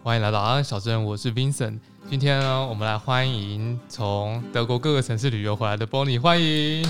欢迎来到阿安小镇，我是 Vincent。今天呢，我们来欢迎从德国各个城市旅游回来的 Bonnie， 欢迎。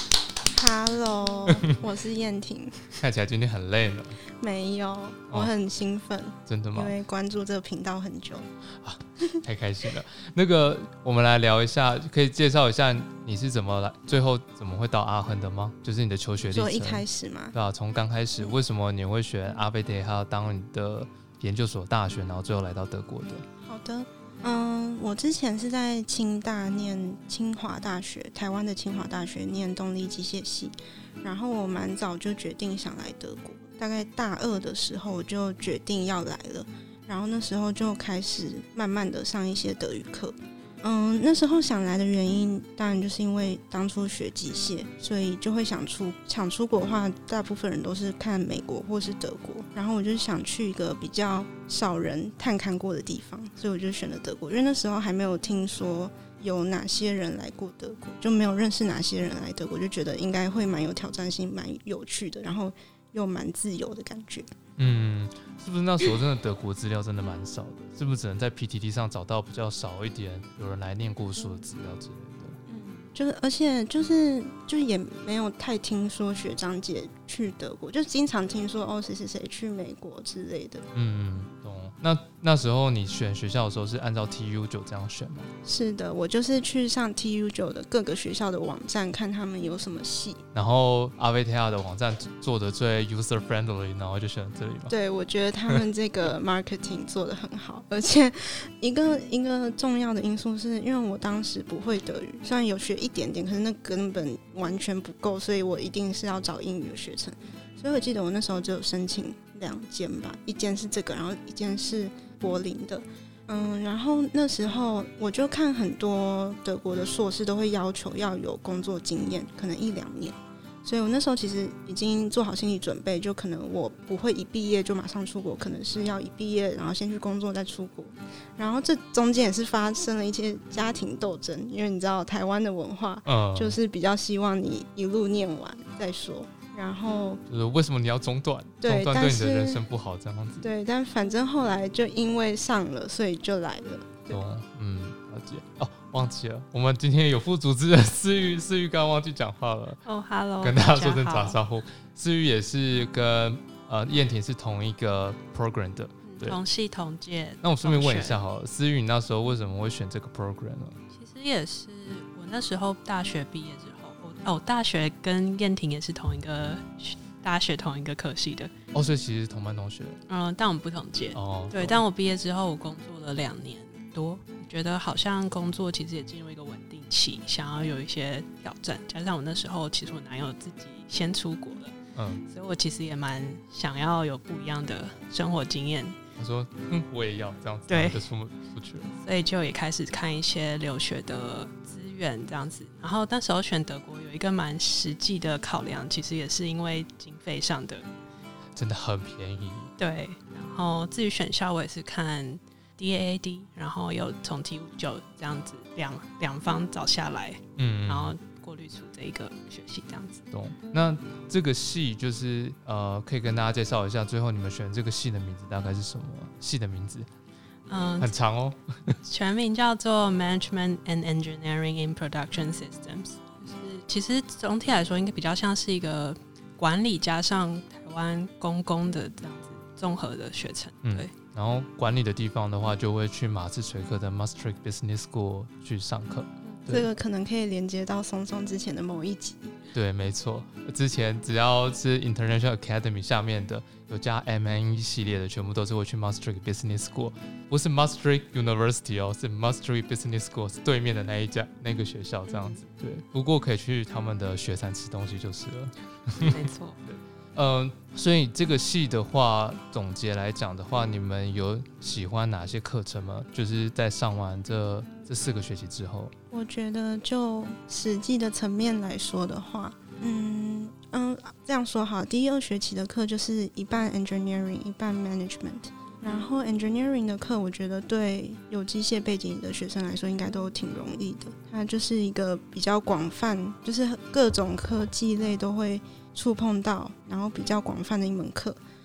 Hello， 我是燕婷。 看起来今天很累呢。 没有，我很兴奋。 真的吗？ 因为关注这个频道很久啊，太开心了。那个，我们来聊一下，可以介绍一下你是怎么来，最后怎么会到阿亨的吗？就是你的求学历程。 说一开始吗？ 对啊，从刚开始，为什么你会选阿贝特哈当你的研究所大学，然后最后来到德国的？ 好的。我之前是在清大念清华大学，台湾的清华大学念动力机械系，然后我蛮早就决定想来德国，大概大二的时候我就决定要来了，然后那时候就开始慢慢的上一些德语课。那时候想来的原因，当然就是因为当初学机械，所以就会想出国的话，大部分人都是看美国或是德国，然后我就想去一个比较少人探勘过的地方，所以我就选了德国，因为那时候还没有听说有哪些人来过德国，就没有认识哪些人来德国，就觉得应该会蛮有挑战性，蛮有趣的，然后又蛮自由的感觉。 是不是那时候真的德国资料真的蛮少的？是不是只能在 PTT 上找到比较少一点有人来念过书的资料之类的？ 而且就是也没有太听说学长姐去德国，就经常听说谁谁谁去美国之类的。 懂。那时候你选学校的时候是按照 TU9 这样选吗？ 是的，我就是去上 TU9 的各个学校的网站看他们有什么系，然后阿维特亚的网站做的最 user friendly， 然后就选了这里嘛。 对，我觉得他们这个 marketing 做得很好，而且一个重要的因素是因为我当时不会德语，虽然有学一点点，可是那根本完全不够，所以我一定是要找英语的学程。所以我记得我那时候就有申请2间吧，一间是这个，然后一间是柏林的。然后那时候我就看很多德国的硕士都会要求要有工作经验，可能1-2年。所以我那时候其实已经做好心理准备，就可能我不会一毕业就马上出国，可能是要一毕业然后先去工作再出国。然后这中间也是发生了一些家庭斗争，因为你知道台湾的文化就是比较希望你一路念完再说。然后就是为什么你要中断？ 对， 中断对你的人生不好这样子。 对，但反正后来就因为上了，所以就来了。 了解。忘记了，我们今天有副主持人思玉刚刚忘记讲话了。 Hello， 跟大家说声打招呼。思玉也是跟燕婷是同一个 program 的，对， 同系同届。 那我顺便问一下好了，思玉你那时候为什么会选这个 program 呢？ 其实也是我那时候大学毕业之后，大学跟燕婷也是同一个大学同一个科系的。 所以其实是同班同学。 但我们不同届。对，但我毕业之后我工作了2年多，觉得好像工作其实也进入一个稳定期，想要有一些挑战，加上我那时候其实我男友自己先出国了，所以我其实也蛮想要有不一样的生活经验。 他说我也要这样子， 对， 就出去了， 所以就也开始看一些留学的资源这样子。然后那时候选德国有一个蛮实际的考量，其实也是因为经费上的， 真的很便宜。 对，然后至于选校我也是看DAAD， 然后有从 TU9 这样子两方找下来，然后过滤出这一个学系这样子。 懂。那这个系就是可以跟大家介绍一下，最后你们选这个系的名字大概是什么？系的名字很长哦， 全名叫做 Management and Engineering in Production Systems， 就是其实总体来说应该比较像是一个管理加上台湾公共的这样子综合的学程，对。 然后管理的地方的话，就会去马刺垂克的 Maastricht Business School 去上课。 这个可能可以连接到松松之前的某一集。 对，没错。之前只要是 International Academy 下面的有加 MNE 系列的，全部都是会去 Maastricht Business School， 不是 Maastricht University 是 Maastricht Business School， 是对面的那个学校这样子。对，不过可以去他们的学餐吃东西就是了。 没错。 所以这个系的话，总结来讲的话，你们有喜欢哪些课程吗？就是在上完这4个学期之后， 我觉得就实际的层面来说的话，这样说好，第1、2学期的课就是一半 engineering， 一半 management。然后 engineering 的课，我觉得对有机械背景的学生来说，应该都挺容易的。它就是一个比较广泛，就是各种科技类都会触碰到，然后比较广泛的一门课。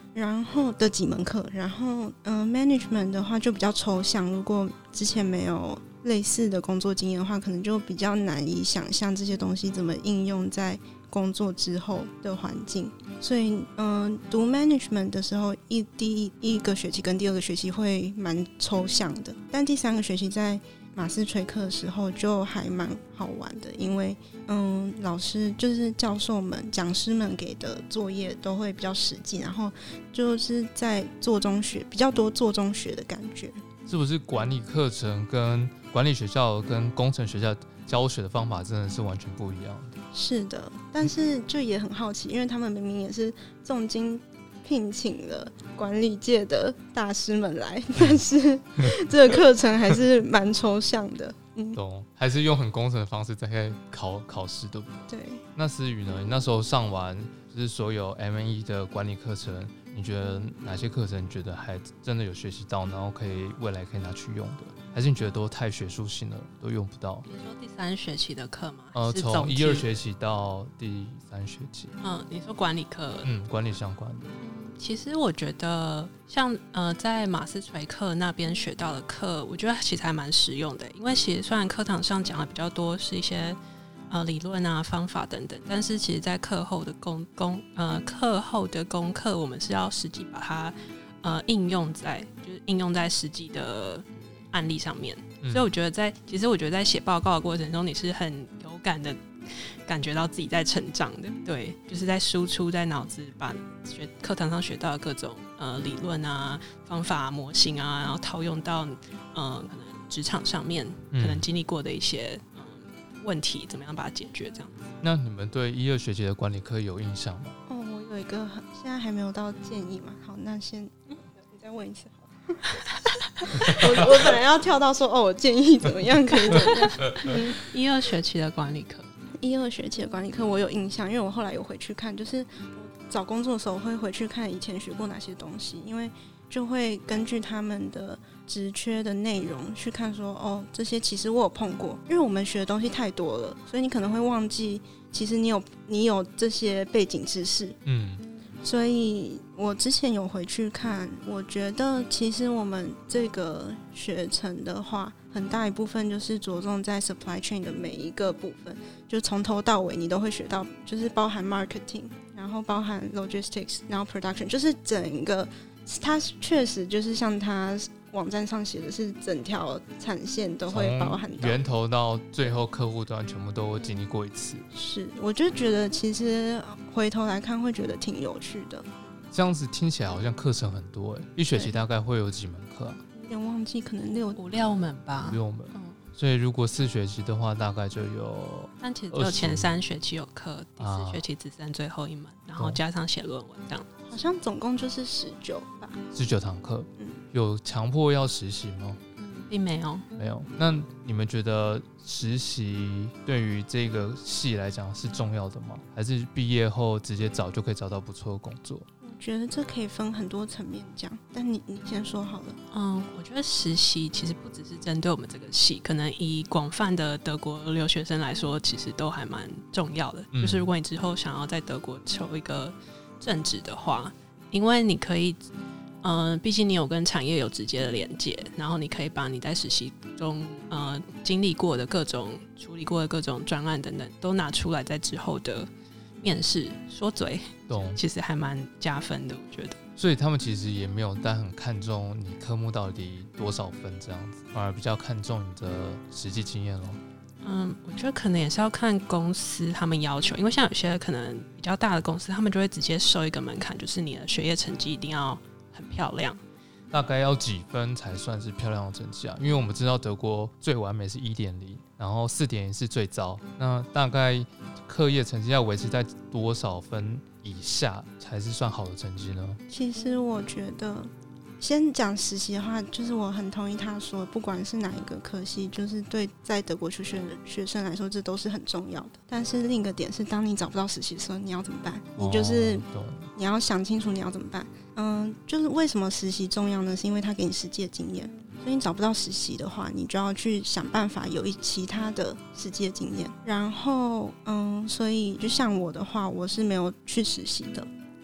然后的几门课，然后management 的话就比较抽象，如果之前没有类似的工作经验的话，可能就比较难以想象这些东西怎么应用在工作之后的环境。所以读 management 的时候，第一个学期跟第二个学期会蛮抽象的，但第3个学期在马斯垂克的时候就还蛮好玩的，因为老师就是教授们讲师们给的作业都会比较实际，然后就是在做中学，比较多做中学的感觉。 是不是管理课程跟管理学校跟工程学校教学的方法真的是完全不一样的？是的，但是就也很好奇，因为他们明明也是重金聘请了管理界的大师们来，但是这个课程还是蛮抽象的。 懂，还是用很工程的方式在考试，对不对？ 对。 那思雨呢？你那时候上完就是所有 M&E 的管理课程，你觉得哪些课程你觉得还真的有学习到，然后未来可以拿去用的？还是你觉得都太学术性了，都用不到？ 你说第3学期的课吗？ 从1、2学期到第3学期。 你说管理课？ 管理相关的。 其实我觉得像在马斯垂克那边学到的课，我觉得其实还蛮实用的，因为其实虽然课堂上讲的比较多是一些理论啊方法等等，但是其实在课后的功课我们是要实际把它应用在实际的案例上面。所以我觉得在写报告的过程中，你是很有感的感觉到自己在成长的。对，就是在输出，在脑子把课堂上学到的各种理论啊方法啊模型啊，然后套用到可能职场上面可能经历过的一些问题，怎么样把它解决这样子。 那你们对1、2学期的管理课有印象吗？ 我有一个现在还没有到建议嘛。好，那先你再问一次好了。我本来要跳到说我建议怎么样可以怎么样。 1、2学期的管理课 ，1、2学期的管理课我有印象，因为我后来有回去看，就是找工作的时候会回去看以前学过哪些东西，因为就会根据他们的职缺的内容去看说这些其实我有碰过，因为我们学的东西太多了，所以你可能会忘记其实你有这些背景知识。所以我之前有回去看，我觉得其实我们这个学程的话，很大一部分就是着重在 supply chain 的每一个部分，就从头到尾你都会学到，就是包含 marketing， 然后包含 logistics， 然后 production， 就是整个它确实就是像它网站上写的是整条产线都会包含到， 源头到最后客户端全部都经历过一次。 是，我就觉得其实回头来看会觉得挺有趣的。 这样子听起来好像课程很多1学期大概会有几门课啊？ 有点忘记，可能5、6 门吧。 5、6门。所以如果4学期的话，大概就有。 但其实只有前3学期有课，第4学期只剩最后1门，然后加上写论文这样。 好像总共就是19吧。 19堂课。有强迫要实习吗？ 并没有。 没有。那你们觉得实习对于这个系来讲是重要的吗？还是毕业后直接就可以找到不错的工作？ 我觉得这可以分很多层面讲，但你先说好了。 我觉得实习其实不只是针对我们这个系，可能以广泛的德国留学生来说，其实都还蛮重要的。就是如果你之后想要在德国求一个正职的话，因为你可以毕竟你有跟产业有直接的连接，然后你可以把你在实习中经历过的各种处理过的各种专案等等都拿出来，在之后的面试说嘴，其实还蛮加分的，我觉得。 所以他们其实也没有但很看重你科目到底多少分这样子，反而比较看重你的实际经验咯。 我觉得可能也是要看公司他们要求，因为像有些可能比较大的公司，他们就会直接设一个门槛，就是你的学业成绩一定要很漂亮。 大概要几分才算是漂亮的成绩啊？因为我们知道德国最完美是 1.0， 然后 4.0 是最糟。那大概课业成绩要维持在多少分以下才是算好的成绩呢？ 其实我觉得先讲实习的话，就是我很同意他说，不管是哪一个科系，就是对在德国求学的学生来说，这都是很重要的。但是另一个点是，当你找不到实习的时候，你要怎么办？你就是你要想清楚你要怎么办。就是为什么实习重要呢？是因为他给你实际的经验。所以你找不到实习的话，你就要去想办法有其他的实际的经验。然后所以就像我的话，我是没有去实习的。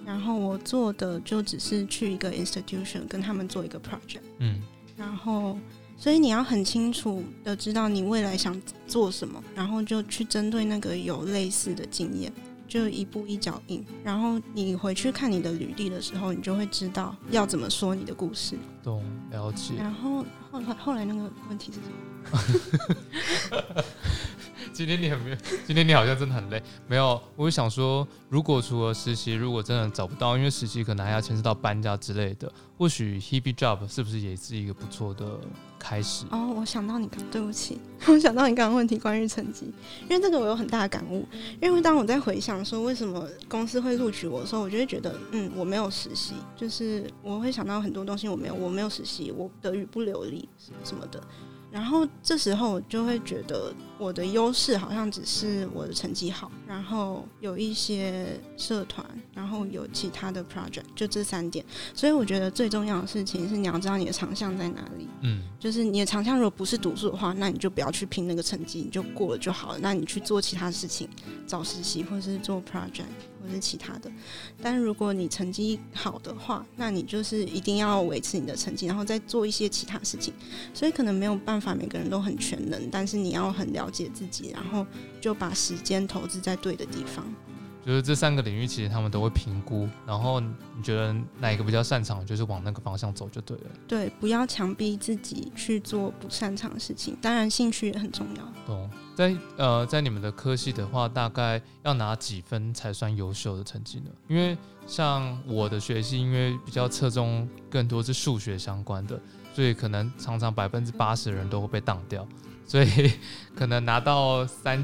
然后我做的就只是去一个 institution 跟他们做一个 project，然后所以你要很清楚的知道你未来想做什么，然后就去针对那个有类似的经验，就一步一脚印，然后你回去看你的履历的时候，你就会知道要怎么说你的故事。 懂，了解。 然后后来那个问题是什么？ 今天你好像真的很累。没有，我想说，如果除了实习，如果真的找不到，因为实习可能还要牵涉到搬家之类的，或许 Hebe Job 是不是也是一个不错的开始？ 哦，我想到你对不起，我想到你刚刚问题关于成绩，因为这个我有很大的感悟。因为当我在回想说为什么公司会录取我的时候，我就会觉得，我没有实习，就是我会想到很多东西，我没有实习，我德语不流利什么的。然后这时候我就会觉得我的优势好像只是我的成绩好，然后有一些社团，然后有其他的 project， 就这3点。所以我觉得最重要的事情是你要知道你的长项在哪里。就是你的长项如果不是读书的话，那你就不要去拼那个成绩，你就过了就好了。那你去做其他事情，找实习或是做 project或是其他的。但如果你成绩好的话，那你就是一定要维持你的成绩，然后再做一些其他事情。所以可能没有办法每个人都很全能，但是你要很了解自己，然后就把时间投资在对的地方。 就是这3个领域其实他们都会评估，然后你觉得哪一个比较擅长，就是往那个方向走就对了。 对，不要强逼自己去做不擅长的事情，当然兴趣也很重要。 懂。在你们的科系的话，大概要拿几分才算优秀的成绩呢？因为像我的学系，因为比较侧重更多是数学相关的，所以可能常常80%的人都会被当掉。所以可能拿到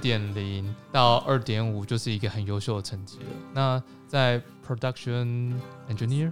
3.0 到 2.5 就是一个很优秀的成绩了。那在 production engineer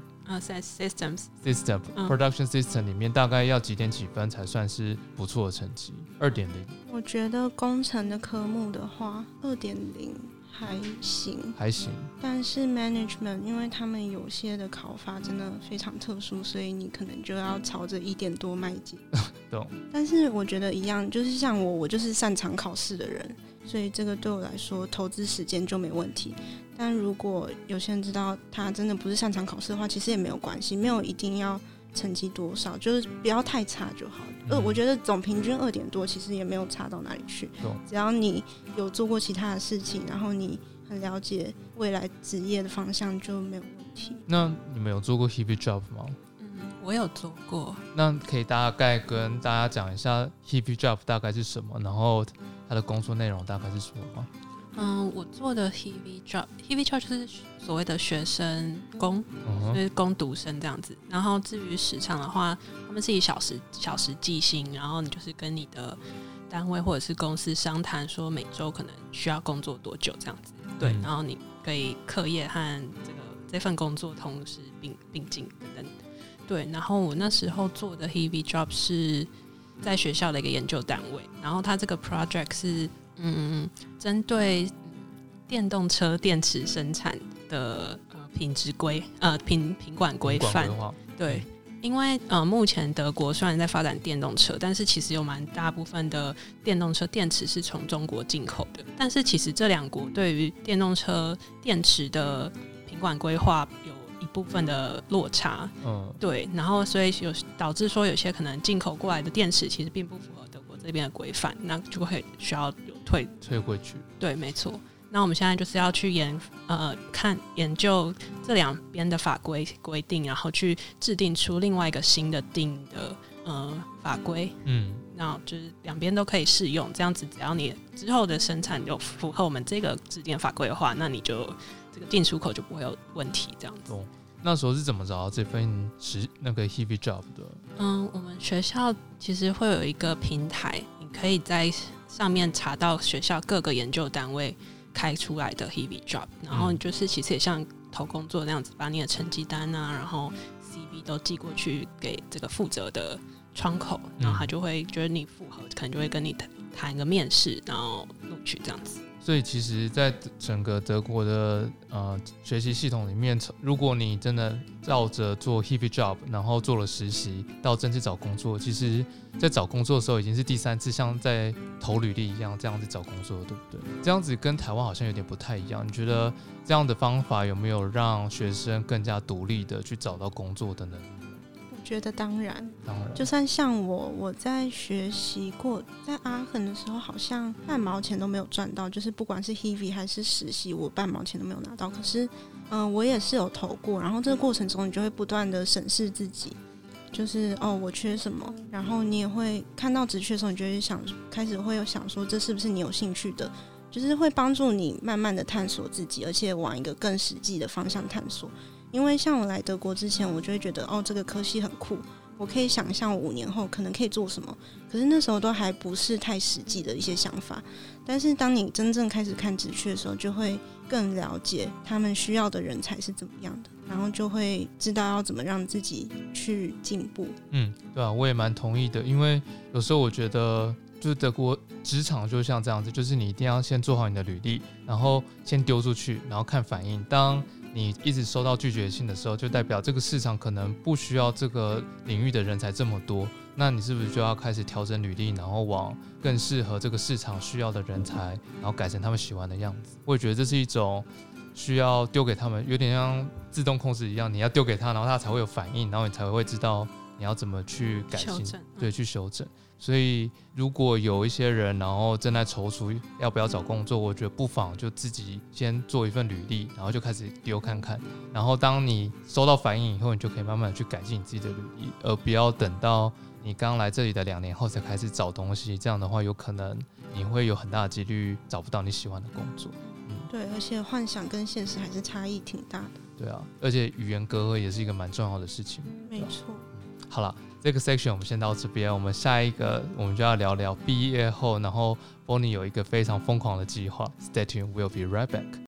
production system 里面，大概要几分才算是不错的成绩？ 2.0。 我觉得工程的科目的话 2.0 还行，但是 management 因为他们有些的考法真的非常特殊，所以你可能就要朝着1.多迈进。 懂。 但是我觉得一样，就是像我就是擅长考试的人，所以这个对我来说投资时间就没问题。但如果有些人知道他真的不是擅长考试的话，其实也没有关系，没有一定要成绩多少，就是不要太差就好。我觉得总平均2点多其实也没有差到哪里去，只要你有做过其他的事情，然后你很了解未来职业的方向就没有问题。 那你们有做过 Hebe Job 吗？ 我有做过。 那可以大概跟大家讲一下 Hebe Job 大概是什么，然后它的工作内容大概是什么吗？ 我做的 Hebe Job 就是所谓的学生工，就是工读生这样子。然后至于时长的话，他们是以小时计薪，然后你就是跟你的单位或者是公司商谈说每周可能需要工作多久这样子。对，然后你可以课业和这份工作同时并进等等。对，然后我那时候做的 Hebe Job 是在学校的一个研究单位，然后它这个 project 是针对电动车电池生产的品管规范。对，因为目前德国虽然在发展电动车，但是其实有蛮大部分的电动车电池是从中国进口的。但是其实这2国对于电动车电池的品管规划有一部分的落差。对，然后所以导致说有些可能进口过来的电池其实并不符合德国这边的规范，那就会需要有退回去。对， 没错。那我们现在就是要去研究这2边的法规规定，然后去制定出另外一个新的法规。那就是2边都可以适用，这样子只要你之后的生产有符合我们这个制定的法规的话，那你就这个进出口就不会有问题。这样子。 那时候是怎么找到这份那个 Hebe Job 的？ 我们学校其实会有一个平台，你可以在上面查到学校各个研究单位开出来的 Hebe Job， 然后你就是其实也像投工作那样子，把你的成绩单啊，然后 CV 都寄过去给这个负责的窗口，然后他就会觉得你符合，可能就会跟你谈一个面试，然后录取这样子。 所以其实在整个德国的学习系统里面，如果你真的照着做 Hiwi job， 然后做了实习到正式找工作，其实在找工作的时候已经是第3次像在投履历一样这样子找工作，对不对？这样子跟台湾好像有点不太一样。你觉得这样的方法有没有让学生更加独立的去找到工作的能力？ 我觉得当然，就算像我在学习过，在阿肯的时候，好像半毛钱都没有赚到，就是不管是 Hiwi 还是实习，我半毛钱都没有拿到。可是，我也是有投过，然后这个过程中，你就会不断的审视自己，就是我缺什么，然后你也会看到职缺的时候，你就会开始会有想说，这是不是你有兴趣的，就是会帮助你慢慢的探索自己，而且往一个更实际的方向探索。因为像我来德国之前，我就会觉得这个科系很酷，我可以想象我5年后可能可以做什么，可是那时候都还不是太实际的一些想法。但是当你真正开始看职缺的时候，就会更了解他们需要的人才是怎么样的，然后就会知道要怎么让自己去进步。 对啊，我也蛮同意的，因为有时候我觉得就是德国职场就像这样子，就是你一定要先做好你的履历，然后先丢出去，然后看反应。当你一直收到拒绝信的时候，就代表这个市场可能不需要这个领域的人才这么多，那你是不是就要开始调整履历，然后往更适合这个市场需要的人才，然后改成他们喜欢的样子？我也觉得这是一种需要丢给他们，有点像自动控制一样，你要丢给他，然后他才会有反应，然后你才会知道你要怎么去改进，对，去修正。所以如果有一些人然后正在踌躇要不要找工作，我觉得不妨就自己先做一份履历，然后就开始丢看看，然后当你收到反应以后，你就可以慢慢的去改进你自己的履历，而不要等到你刚来这里的2年后才开始找东西，这样的话有可能你会有很大的几率找不到你喜欢的工作。 对，而且幻想跟现实还是差异挺大的。 对啊，而且语言隔阂也是一个蛮重要的事情。 没错。 好了，这个 section 我们先到这边，我们下一个我们就要聊聊毕业后，然后 Bonnie 有一个非常疯狂的计划。Stay tuned, we'll be right back.